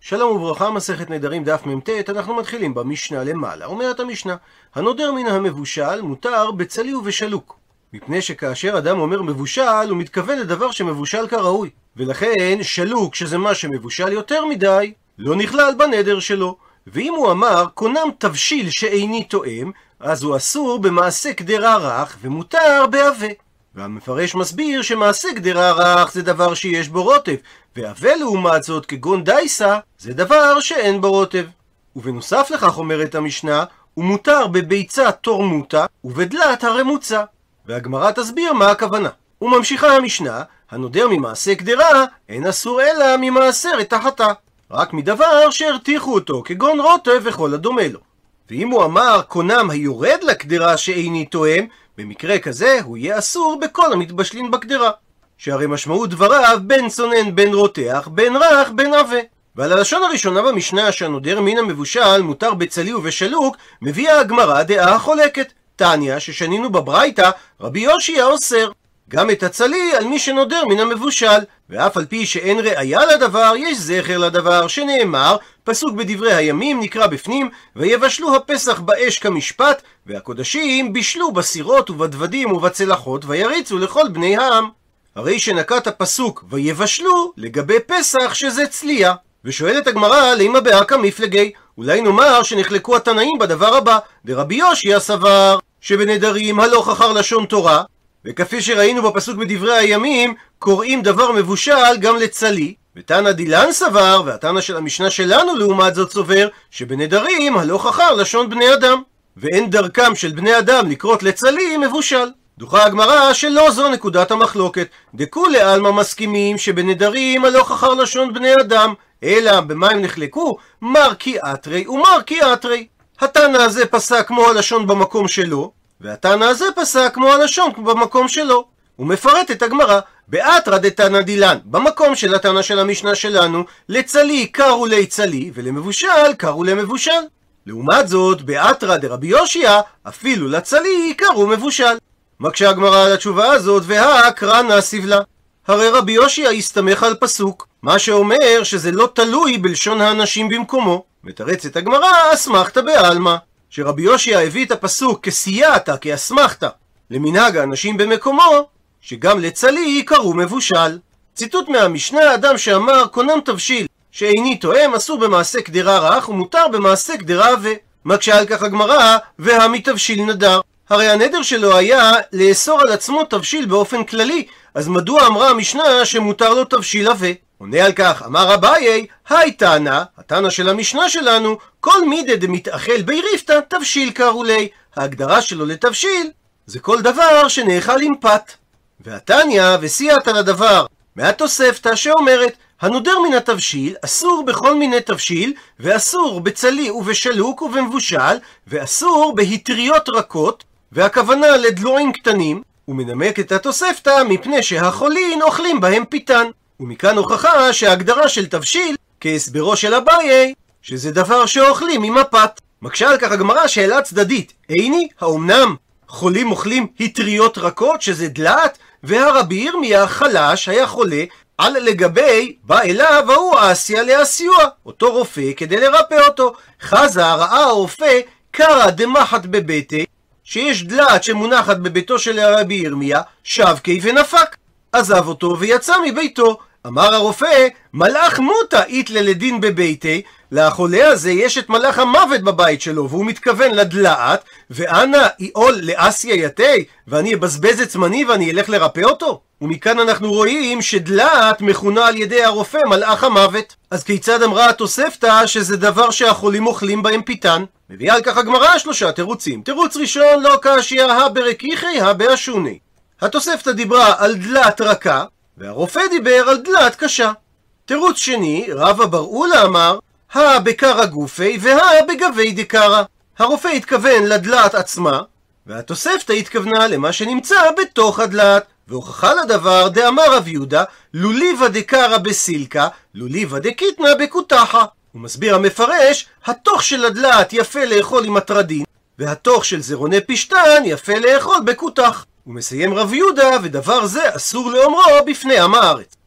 שלום וברכה, מסכת נדרים דף מ"ט, אנחנו מתחילים במשנה למעלה. אומרת המשנה, הנודר מן המבושל מותר בצלי ובשלוק. מפני שכאשר אדם אומר מבושל, הוא מתכוון לדבר שמבושל כראוי. ולכן שלוק, שזה מה שמבושל יותר מדי, לא נכלל בנדר שלו. ואם הוא אמר קונם תבשיל שאיני תואם, אז הוא אסור במעשה קדרה רך ומותר בהווה. והמפרש מסביר שמעשה קדרה רך זה דבר שיש בו רוטב, והווה לעומת זאת כגון דייסה זה דבר שאין בו רוטב. ובנוסף לכך אומרת המשנה, הוא מותר בביצה תורמותה ובדלת הרמוצה. והגמרא תסביר מה הכוונה. וממשיכה המשנה, הנודר ממעשה קדרה אין אסור אלא ממעשרת תחתה, רק מדבר שהרתיחו אותו כגון רוטב וכל הדומה לו. ואם הוא אמר קונם היורד לקדרה שאיני תואם, במקרה כזה הוא יהיה אסור בכל המתבשלין בקדרה, שהרי משמעות דבריו בין צונן בין רותח בין רך בין עווה. ועל הלשון הראשונה במשנה שהנודר מן המבושל מותר בצלי ובשלוק, מביאה הגמרא דעה חולקת. תניא ששנינו בברייתא, רבי יושע אוסר גם את הצלי על מי שנודר מן המבושל, ואף על פי שאין ראיה לדבר, יש זכר לדבר שנאמר, פסוק בדברי הימים נקרא בפנים, ויבשלו הפסח באש כמשפט, והקודשים בישלו בסירות ובדוודים ובצלחות, ויריצו לכל בני העם. הרי שנקט הפסוק ויבשלו לגבי פסח שזה צליה. ושואלת הגמרא, לימה באקא מפלגי, אולי נאמר שנחלקו התנאים בדבר הבא, דרבי יושע סבר שבנדרים הלוך אחר לשון תורה, וכפי שראינו בפסוק בדברי הימים, קוראים דבר מבושל גם לצלי, ותנא דילן סבר, והתנא של המשנה שלנו לעומת זאת סובר, שבנדרים הלוך אחר לשון בני אדם, ואין דרכם של בני אדם לקרות לצלי מבושל. דוחה הגמרא שלא זו נקודת המחלוקת, דכולי עלמא מסכימים שבנדרים הלוך אחר לשון בני אדם, אלא במה הם נחלקו? מר כי אתרי ומר כי אתרי. התנא הזה פסק כמו הלשון במקום שלו, והתנא הזה פסק כמו הלשון במקום שלו. הוא מפרט את הגמרא, באתרא דתנא דילן, במקום של התנא של המשנה שלנו, לצלי קראו לי צלי, ולמבושל קראו למבושל. לעומת זאת, באתרא דרבי יושע, אפילו לצלי קראו מבושל. מקשה הגמרא על התשובה הזאת, והקרא סבלה. הרי רבי יושע הסתמך על פסוק, מה שאומר שזה לא תלוי בלשון האנשים במקומו. מתרצת הגמרא, אסמכתא בעלמא, שרבי יושע הביא את הפסוק כסייעתא, כאסמכתא, למנהג האנשים במקומו, שגם לצלי קראו מבושל. ציטוט מהמשנה, אדם שאמר קונם תבשיל שאיני תואם אסור במעשה קדרה רך ומותר במעשה קדרה עווה. מקשה על כך הגמרא, והמתבשיל נדר. הרי הנדר שלו היה לאסור על עצמו תבשיל באופן כללי, אז מדוע אמרה המשנה שמותר לו תבשיל עווה? עונה על כך, אמר אביי, היי תנא, התנא של המשנה שלנו, כל מידי דמתאכל ביריפתא תבשיל קראו לי. ההגדרה שלו לתבשיל זה כל דבר שנאכל עם פת. והתניא וסייעתא לדבר מהתוספתא שאומרת, הנודר מן התבשיל אסור בכל מיני תבשיל, ואסור בצלי ובשלוק ובמבושל, ואסור בהטריות רכות, והכוונה לדלועים קטנים. ומנמק את התוספתא מפני שהחולין אוכלים בהם פיתן. ומכאן הוכחה שההגדרה של תבשיל כהסברו של אביי, שזה דבר שאוכלים עם הפת. מקשה על כך הגמרא שאלה צדדית, איני, האומנם חולים אוכלים הטריות רכות שזה דלעת? והרבי ירמיה חלש היה חולה על לגבי בא אליו ההוא אסיה להסיוע, אותו רופא כדי לרפא אותו. חזה ראה הרופא קרא דמחת בביתי, שיש דלעת שמונחת בביתו של הרבי ירמיה, שבקי ונפק. עזב אותו ויצא מביתו. אמר הרופא, מלאך מותה איתלה לדין בביתי, לחולה הזה יש את מלאך המוות בבית שלו, והוא מתכוון לדלעת, ואנא איעול לאסיה יתי, ואני אבזבז את זמני ואני אלך לרפא אותו? ומכאן אנחנו רואים שדלעת מכונה על ידי הרופא מלאך המוות. אז כיצד אמרה התוספתא שזה דבר שהחולים אוכלים בהם פיתן? מביאה על כך הגמרא שלושה תירוצים. תירוץ ראשון, לא קשיא ברקיחי באשוני. התוספתא דיברה על דלעת רכה, והרופא דיבר על דלעת קשה. תירוץ שני, רבא בר אולה אמר, בקרא גופי בגבי דקרא. הרופא התכוון לדלעת עצמה, והתוספתא התכוונה למה שנמצא בתוך הדלעת. והוכחה לדבר דאמר רב יהודה, לוליבא דקרא בסילקה, לוליבא דקיתנא בקותחה. הוא מסביר המפרש, התוך של הדלעת יפה לאכול עם מטרדין, והתוך של זרוני פשטן יפה לאכול בקותח. הוא מסיים רב יהודה, ודבר זה אסור לאומרו בפני עם הארץ.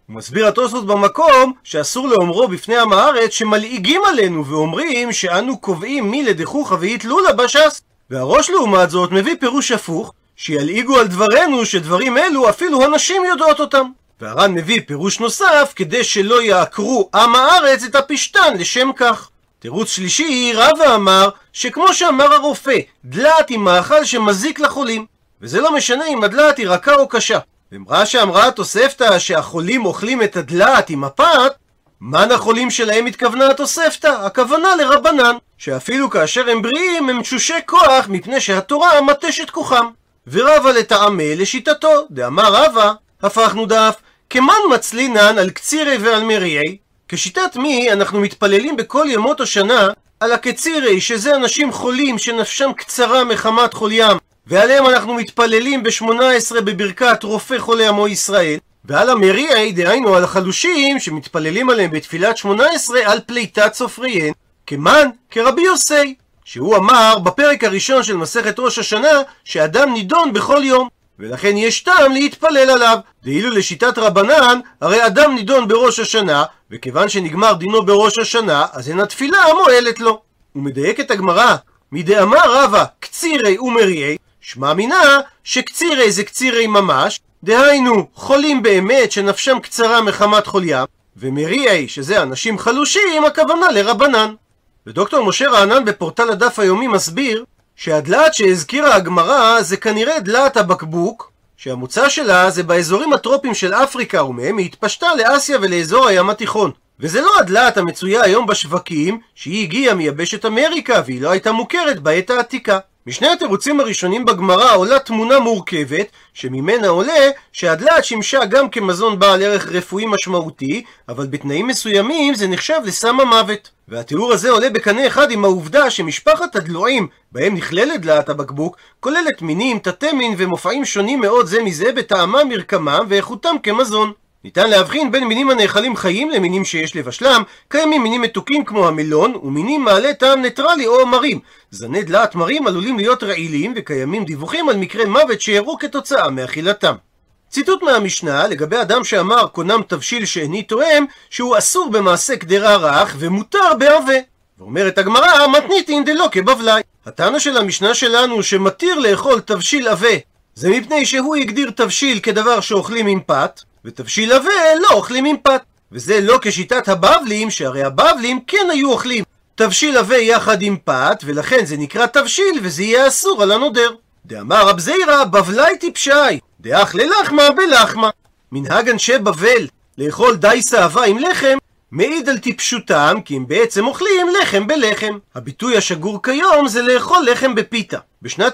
הוא מסביר התוספות במקום שאסור לאומרו בפני עם הארץ שמלעיגים עלינו ואומרים שאנו קובעים מי לדחוכה ויתלולה בש"ס. והראש לעומת זאת מביא פירוש הפוך, שילעיגו על דברנו שדברים אלו אפילו הנשים יודעות אותם. והר"ן מביא פירוש נוסף כדי שלא יעקרו עם הארץ את הפשתן לשם כך. תירוץ שלישי, רבא אמר שכמו שאמר הרופא, דלעת היא מאכל שמזיק לחולים, וזה לא משנה אם הדלעת היא רכה או קשה. ואמרה שאמרה התוספתא שהחולים אוכלים את הדלעת עם הפת, מן החולים שלהם התכוונה התוספתא? הכוונה לרבנן, שאפילו כאשר הם בריאים הם תשושי כוח מפני שהתורה מתשת כוחם. ורבא לטעמה לשיטתו, דאמר רבא, הפכנו דף, כמן מצלינן על קצירי ועל מריעי, כשיטת מי אנחנו מתפללים בכל ימות השנה על הקצירי, שזה אנשים חולים שנפשם קצרה מחמת חוליים, ועליהם אנחנו מתפללים ב-18 בברכת רופא חולי עמו ישראל, ועל המריעי, דהיינו על החלושים שמתפללים עליהם בתפילת 18 על פליטת סופריהן, כמן כרבי יוסי, שהוא אמר בפרק הראשון של מסכת ראש השנה שאדם נידון בכל יום, ולכן יש טעם להתפלל עליו. דאילו לשיטת רבנן, הרי אדם נידון בראש השנה, וכיוון שנגמר דינו בראש השנה, אז אין התפילה מועלת לו. ומדייקת הגמרא, מדאמר רבא קצירי ומריעי, שמע מינה שקצירי זה קצירי ממש, דהיינו חולים באמת שנפשם קצרה מחמת חוליים, ומריעי שזה אנשים חלושים, הכוונה לרבנן. ודוקטור משה רענן בפורטל הדף היומי מסביר שהדלעת שהזכירה הגמרא זה כנראה דלעת הבקבוק, שהמוצא שלה זה באזורים הטרופיים של אפריקה, ומהם היא התפשטה לאסיה ולאזור הים התיכון. וזה לא הדלעת המצויה היום בשווקים, שהיא הגיעה מיבשת אמריקה והיא לא הייתה מוכרת בעת העתיקה. משני התירוצים הראשונים בגמרא עולה תמונה מורכבת, שממנה עולה שהדלעת שימשה גם כמזון בעל ערך רפואי משמעותי, אבל בתנאים מסוימים זה נחשב לסם המוות. והתיאור הזה עולה בקנה אחד עם העובדה שמשפחת הדלועים, בהם נכללת דלעת הבקבוק, כוללת מינים, תתי מין ומופעים שונים מאוד זה מזה בטעמם, מרקמם ואיכותם כמזון. ניתן להבחין בין מינים הנאכלים חיים למינים שיש לבשלם. קיימים מינים מתוקים כמו המלון, ומינים מעלי טעם ניטרלי או מרים. זני דלעת מרים עלולים להיות רעילים, וקיימים דיווחים על מקרי מוות שאירעו כתוצאה מאכילתם. ציטוט מהמשנה לגבי אדם שאמר קונם תבשיל שאיני תואם, שהוא אסור במעשה קדרה רך ומותר בעווה. ואומרת הגמרא, מתניתין דלא כבבלי. הטענה של המשנה שלנו שמתיר לאכול תבשיל עווה, זה מפני שהוא הגדיר תבשיל כדבר שאוכלים עם פת, ותבשיל עווה לא אוכלים עם פת. וזה לא כשיטת הבבלים, שהרי הבבלים כן היו אוכלים תבשיל עווה יחד עם פת, ולכן זה נקרא תבשיל וזה יהיה אסור על הנודר. דאמר רב זירא בבלי טיפשי, דאך ללחמה בלחמה. מנהג אנשי בבל לאכול דייסה עווה עם לחם מעיד על טיפשותם, כי הם בעצם אוכלים לחם בלחם. הביטוי השגור כיום זה לאכול לחם בפיתה. בשנת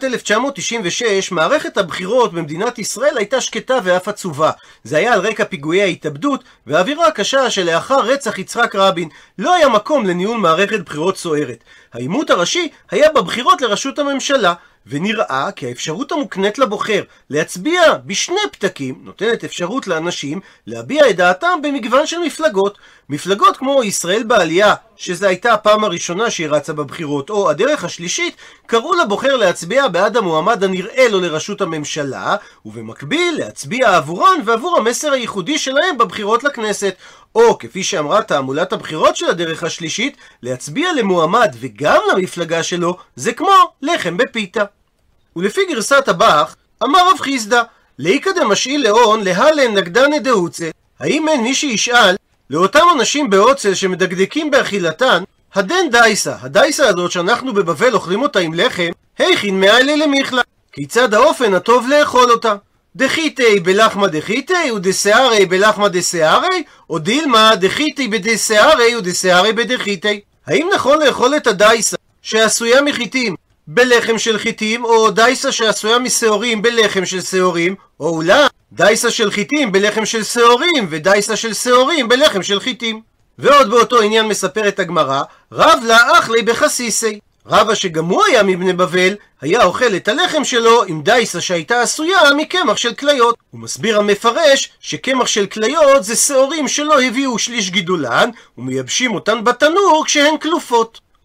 1996 מערכת הבחירות במדינת ישראל הייתה שקטה ואף עצובה. זה היה על רקע פיגועי ההתאבדות והאווירה הקשה שלאחר רצח יצחק רבין. לא היה מקום לניהול מערכת בחירות סוערת. העימות הראשי היה בבחירות לראשות הממשלה, ונראה כי האפשרות המוקנית לבוחר להצביע בשני פתקים נותנת אפשרות לאנשים להביע את דעתם במגוון של מפלגות. מפלגות כמו ישראל בעלייה, שזו הייתה הפעם הראשונה שהיא רצה בבחירות, או הדרך השלישית, קראו לבוחר להצביע בעד המועמד הנראה לו לראשות הממשלה, ובמקביל להצביע עבורן ועבור המסר הייחודי שלהם בבחירות לכנסת. או כפי שאמרה תעמולת הבחירות של הדרך השלישית, להצביע למועמד וגם למפלגה שלו זה כמו לחם בפיתה. ולפי גרסת הבח, אמר רב חיסדא, לאיכא דמשאיל לאון להלן נגדנא דהוצה, האם אין מי שישאל לאותם אנשים בעוצל שמדקדקים באכילתן, הדן דייסה, הדייסה הזאת שאנחנו בבבל אוכלים אותה עם לחם, היכין מאיילי למיכלה, כיצד האופן הטוב לאכול אותה? דחיתי בלחמה דחיתי ודסערי בלחמה דסערי, או דילמה דחיתי בדסערי ודסערי בדחיתי. האם נכון לאכול את הדייסה שעשויה מחיטים בלחם של חיטים, או דייסה שעשויה משעורים בלחם של שעורים, או אולי דייסה של חיטים בלחם של שעורים ודייסה של שעורים בלחם של חיטים? ועוד באותו עניין מספרת הגמרא, רב לה אחלי בחסיסי, רבא שגם הוא היה מבני בבל, היה אוכל את הלחם שלו עם דייסה שהייתה עשויה מקמח של כליות. הוא מסביר המפרש שקמח של כליות זה שעורים שלא הביאו שליש גידולן, ומייבשים אותן בתנור כשהן כלופות.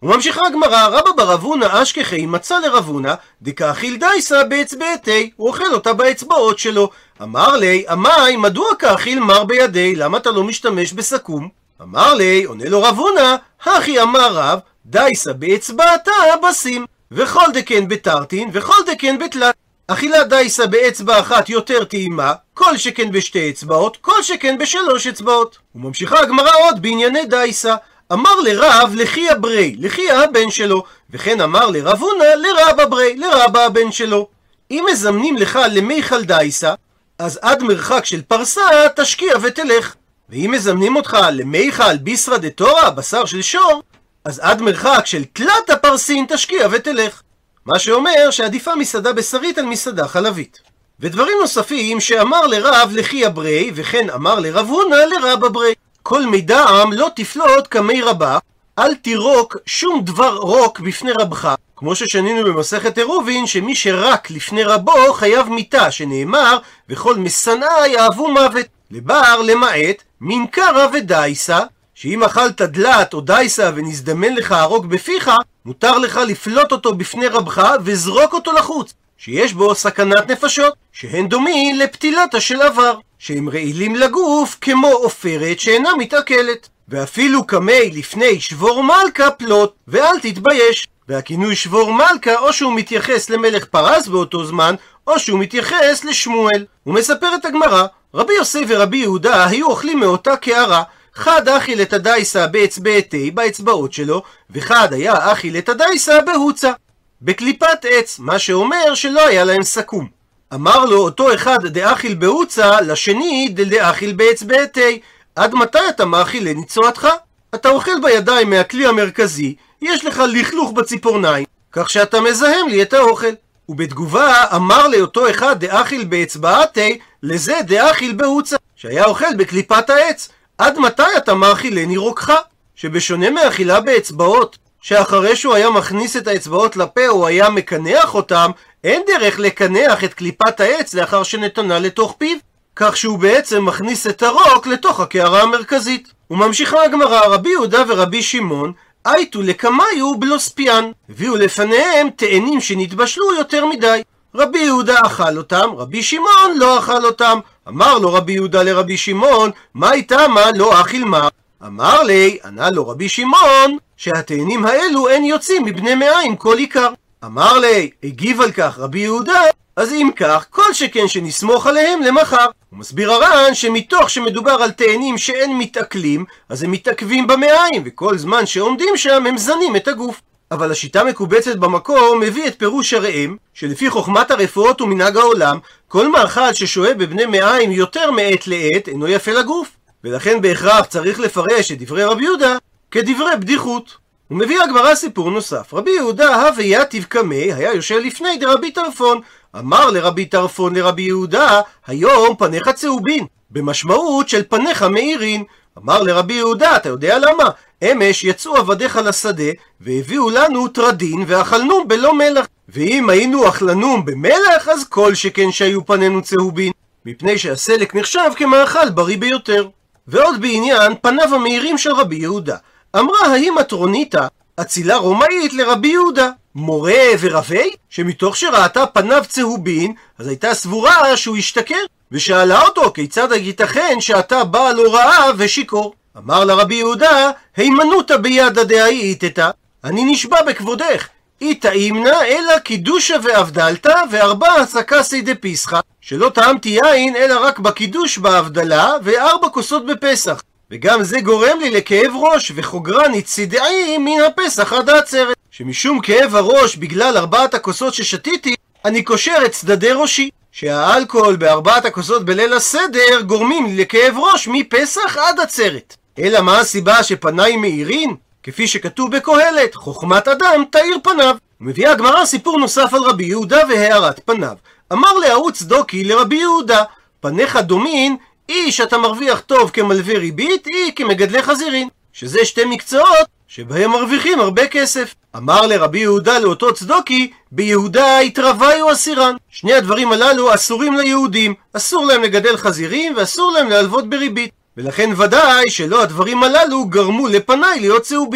וממשיכה הגמרא, רבא בר אבונה אשכחי מצא לרב הונא דקאכיל דייסה באצבעתי, הוא אוכל אותה באצבעות שלו. אמר לי, אמי, מדוע כאכיל מר בידי, למה אתה לא משתמש בסכו"ם? אמר לי, עונה לו רב הונא, הכי אמר רב, דייסה באצבעתה בשים, וכל דקן בתרתין וכל דקן בתלת. אכילת דייסה באצבע אחת יותר טעימה, כל שכן בשתי אצבעות, כל שכן בשלוש אצבעות. וממשיכה הגמרא עוד בענייני דייסה. אמר לרב לחיה ברי, לחיה הבן שלו, וכן אמר לרב הונא לרבא ברי, לרבא הבן שלו. אם מזמנים לך למיכל דייסה, אז עד מרחק של פרסה תשקיע ותלך. ואם מזמנים אותך למיכל ביסרא דתורא, בשר של שור, אז עד מרחק של תלת הפרסין תשקיע ותלך. מה שאומר שעדיפה מסעדה בשרית על מסעדה חלבית. ודברים נוספים שאמר לרב לחיה ברי, וכן אמר לרב הונא לרבא ברי. כל מידעם לא תפלוט כמי רבא, אל תירוק שום דבר רוק בפני רבך, כמו ששנינו במסכת עירובין, שמי שרק לפני רבו חייב מיתה, שנאמר וכל משנאה יאהבו מוות. לבר למעט מנקרא ודייסה, שאם אכלת דלת או דייסה ונזדמן לך הרוק בפיך, מותר לך לפלוט אותו בפני רבך וזרוק אותו לחוץ, שיש בו סכנת נפשות, שהן דומים לפתילתה של עבר, שהם רעילים לגוף כמו עופרת שאינה מתעכלת. ואפילו קמי לפני שבור מלכה פלוט, ואל תתבייש. והכינוי שבור מלכה או שהוא מתייחס למלך פרס באותו זמן, או שהוא מתייחס לשמואל. הוא מספר את הגמרא, רבי יוסי ורבי יהודה היו אוכלים מאותה קערה, חד אכיל את הדייסה באצבעתי, באצבעות שלו, וחד היה אכיל את הדייסה בהוצה, בקליפת עץ, מה שאומר שלא היה להם סכו"ם. אמר לו אותו אחד דאכיל בהוצה, לשני דאכיל באצבעתי, עד מתי אתה מאכיל לניצועתך? אתה אוכל בידיים מהכלי המרכזי, יש לך לכלוך בציפורניים, כך שאתה מזהם לי את האוכל. ובתגובה אמר לאותו אחד דאכיל באצבעתי, לזה דאכיל בהוצה, שהיה אוכל בקליפת העץ, עד מתי אתה מאכילני רוקך? שבשונה מאכילה באצבעות, שאחרי שהוא היה מכניס את האצבעות לפה הוא היה מקנח אותם, אין דרך לקנח את קליפת העץ לאחר שנתנה לתוך פיו, כך שהוא בעצם מכניס את הרוק לתוך הקערה המרכזית. וממשיכה הגמרא, רבי יהודה ורבי שמעון הייתו לקמיו בלוספיאן, הביאו לפניהם תאנים שנתבשלו יותר מדי. רבי יהודה אכל אותם, רבי שמעון לא אכל אותם. אמר לו רבי יהודה לרבי שמעון, מה איתמה לא אכיל מר? אמר לי, ענה לו רבי שמעון, שהתאנים האלו אין יוצאים מבני מעיים כל עיקר. אמר לי, הגיב על כך רבי יהודה, אז אם כך, כל שכן שנסמוך עליהם למחר. הוא מסביר הר"ן שמתוך שמדובר על תאנים שאין מתעכלים, אז הם מתעכבים במעיים, וכל זמן שעומדים שם הם זנים את הגוף. אבל השיטה מקובצת במקום מביא את פירוש הראם, שלפי חוכמת הרפואות ומנהג העולם, כל מאכל ששוהה בבני מעיים יותר מעת לעת אינו יפה לגוף, ולכן בהכרח צריך לפרש את דברי רבי יהודה כדברי בדיחות. הוא מביא הגמרא סיפור נוסף. רבי יהודה הווה יתיב קמי, היה יושב לפני דרבי טרפון. אמר לרבי טרפון לרבי יהודה, היום פניך צהובין, במשמעות של פניך מאירין. אמר לרבי יהודה, אתה יודע למה? אמש יצאו עבדיך לשדה והביאו לנו טרדין ואכלנו בלא מלח, ואם היינו אכלנו במלח אז כל שכן שהיו פנינו צהובין, מפני שהסלק נחשב כמאכל בריא ביותר. ועוד בעניין פניו המאירים של רבי יהודה, אמרה ההיא מטרוניתא, אצילה רומאית לרבי יהודה, מורה ורבי, שמתוך שראתה פניו צהובין, אז הייתה סבורה שהוא השתכר, ושאלה אותו כיצד ייתכן שאתה בעל הוראה ושיכור. אמר לרבי יהודה, הימנותא בידא דאיתתא, אני נשבע בכבודך, איתא אימנא אלא קידושא ואבדלתא וארבע סקסי דפיסחא, שלא טעמתי יין אלא רק בקידוש בהבדלה ו4 כוסות בפסח, וגם זה גורם לי לכאב ראש וחוגרני צידעי מן הפסח עד העצרת, שמשום כאב הראש בגלל 4 הכוסות ששתיתי, אני קושר את צדדי ראשי, שהאלכוהול ב4 הכוסות בליל הסדר גורמים לי לכאב ראש מפסח עד עצרת. אלא מה הסיבה שפניי מאירין? כפי שכתוב בקהלת, חוכמת אדם תאיר פניו. ומביאה הגמרא סיפור נוסף על רבי יהודה והארת פניו. אמר להוא צדוקי לרבי יהודה, פניך דומין, אי שאתה מרוויח טוב כמלווה ריבית, אי כמגדלי חזירין, שזה שתי מקצועות שבהם מרוויחים הרבה כסף. אמר לרבי יהודה לאותו צדוקי, ביהודה התרוויו אסירן. שני הדברים הללו אסורים ליהודים, אסור להם לגדל חזירים ואסור להם להלוות בריבית, ולכן ודאי שלא הדברים הללו גרמו לפניי להיות צהובין.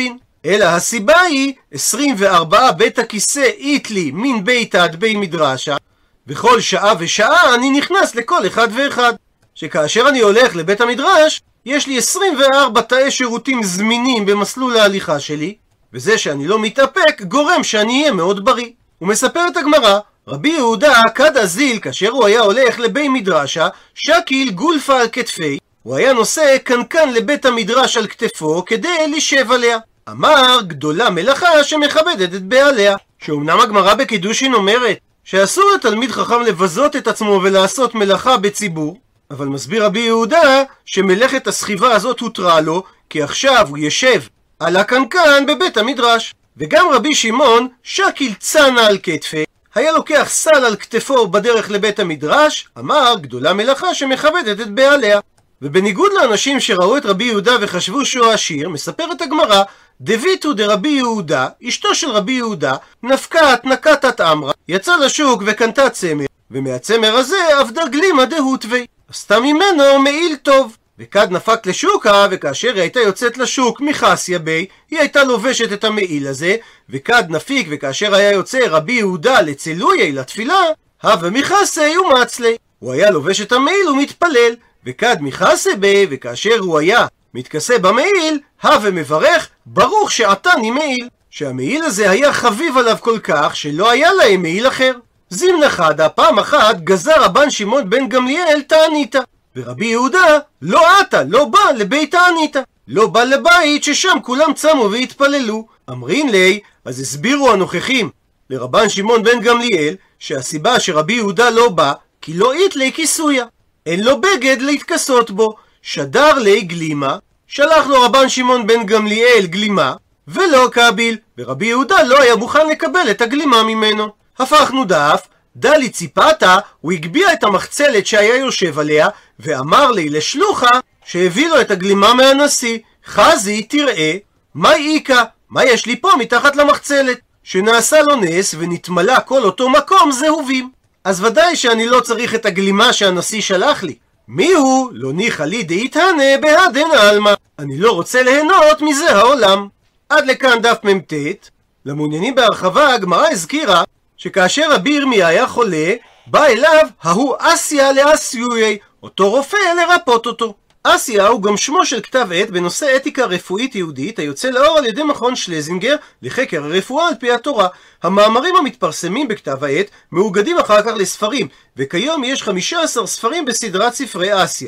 אלא הסיבה היא 24 בית הכיסא איתלי מן ביתא עד בי מדרשה, וכל שעה ושעה אני נכנס לכל אחד ואחד. שכאשר אני הולך לבית המדרש, יש לי 24 תאי שירותים זמינים במסלול ההליכה שלי, וזה שאני לא מתאפק גורם שאני אהיה מאוד בריא. ומספרת הגמרא, רבי יהודה כד אזיל, כאשר הוא היה הולך לבי מדרשה, שקיל גולפה על כתפי, הוא היה נושא קנקן לבית המדרש על כתפו כדי לשב עליה. אמר, גדולה מלאכה שמכבדת את בעליה. שאומנם הגמרא בקידושין אומרת שאסור לתלמיד חכם לבזות את עצמו ולעשות מלאכה בציבור, אבל מסביר רבי יהודה שמלאכת הסחיבה הזאת הותרה לו, כי עכשיו הוא ישב על הקנקן בבית המדרש. וגם רבי שמעון שקיל צנה על כתפי, היה לוקח סל על כתפו בדרך לבית המדרש, אמר, גדולה מלאכה שמכבדת את בעליה. ובניגוד לאנשים שראו את רבי יהודה וחשבו שהוא עשיר, מספרת הגמרא, דביתו דרבי יהודה, אשתו של רבי יהודה, נפקת נקתת אמרה, יצא לשוק וקנתה צמר, ומהצמר הזה עבדה גלימה דהוטווי, עשתה ממנו מעיל טוב. וכד נפק לשוקה, וכאשר היא הייתה יוצאת לשוק מחסיה בי, היא הייתה לובשת את המעיל הזה, וכד נפיק, וכאשר היה יוצא רבי יהודה לצילויי לתפילה, הווה מחסי ומצלי, הוא היה לובש את המעיל ומתפלל, וכד מחסה בי, וכאשר הוא היה מתכסה במעיל, הווה מברך, ברוך שעתני מעיל, שהמעיל הזה היה חביב עליו כל כך שלא היה להם מעיל אחר. זימנה חדה, פעם אחת גזר רבן שמעון בן גמליאל תעניתא, ורבי יהודה לא עתה, לא בא לבית תעניתא, לא בא לבית ששם כולם צמו והתפללו. אמרין לי, אז הסבירו הנוכחים לרבן שמעון בן גמליאל שהסיבה שרבי יהודה לא בא כי לא איתלי כיסויה, אין לו בגד להתכסות בו, שדר לי גלימה, שלח לו רבן שמעון בן גמליאל גלימה ולא קביל, ורבי יהודה לא היה מוכן לקבל את הגלימה ממנו. הפכנו דף, דלי ציפתה, הוא הגביע את המחצלת שהיה יושב עליה, ואמר לי לשלוחה שהביא לו את הגלימה מהנשיא, חזי תראה, מה איקה, מה יש לי פה מתחת למחצלת, שנעשה לו נס ונתמלא כל אותו מקום זהובים. אז ודאי שאני לא צריך את הגלימה שהנשיא שלח לי. מי הוא? לא ניחא לי דאיתהנה בהדן עלמא, אני לא רוצה ליהנות מזה העולם. עד לכאן דף מ"ט. למעוניינים בהרחבה, הגמרא הזכירה שכאשר רבי ירמיה היה חולה, בא אליו ההוא אסיה לאסיוי, אותו רופא לרפות אותו. אסיה הוא גם שמו של כתב עת בנושא אתיקה רפואית יהודית היוצא לאור על ידי מכון שלזינגר לחקר הרפואה על פי התורה. המאמרים המתפרסמים בכתב העת מאוגדים אחר כך לספרים, וכיום יש 15 ספרים בסדרת ספרי אסיה.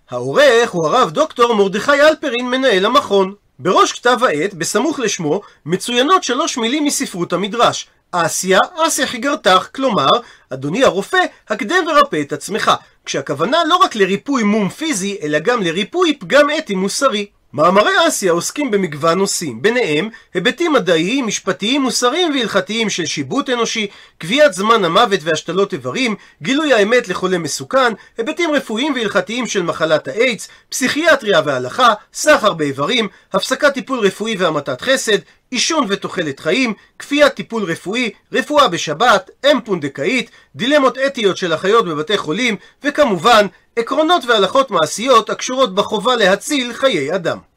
העורך הוא הרב דוקטור מרדכי אלפרין, מנהל המכון. בראש כתב העת, בסמוך לשמו, מצוינות 3 מילים מספרות המדרש. אסיה, אסיה חיגרתך, כלומר, אדוני הרופא, הקדם ורפא את עצמך, כשהכוונה לא רק לריפוי מום פיזי, אלא גם לריפוי פגם אתי מוסרי. מאמרי אסיה עוסקים במגוון נושאים, ביניהם היבטים מדעיים, משפטיים, מוסריים והלכתיים של שיבוט אנושי, קביעת זמן המוות והשתלות איברים, גילוי האמת לחולה מסוכן, היבטים רפואיים והלכתיים של מחלת האיידס, פסיכיאטריה והלכה, סחר באיברים, הפסקת טיפול רפואי והמתת חסד, עישון ותוחלת חיים, כפיית טיפול רפואי, רפואה בשבת, אם פונדקאית, דילמות אתיות של אחיות בבתי חולים, וכמובן עקרונות והלכות מעשיות הקשורות בחובה להציל חיי אדם.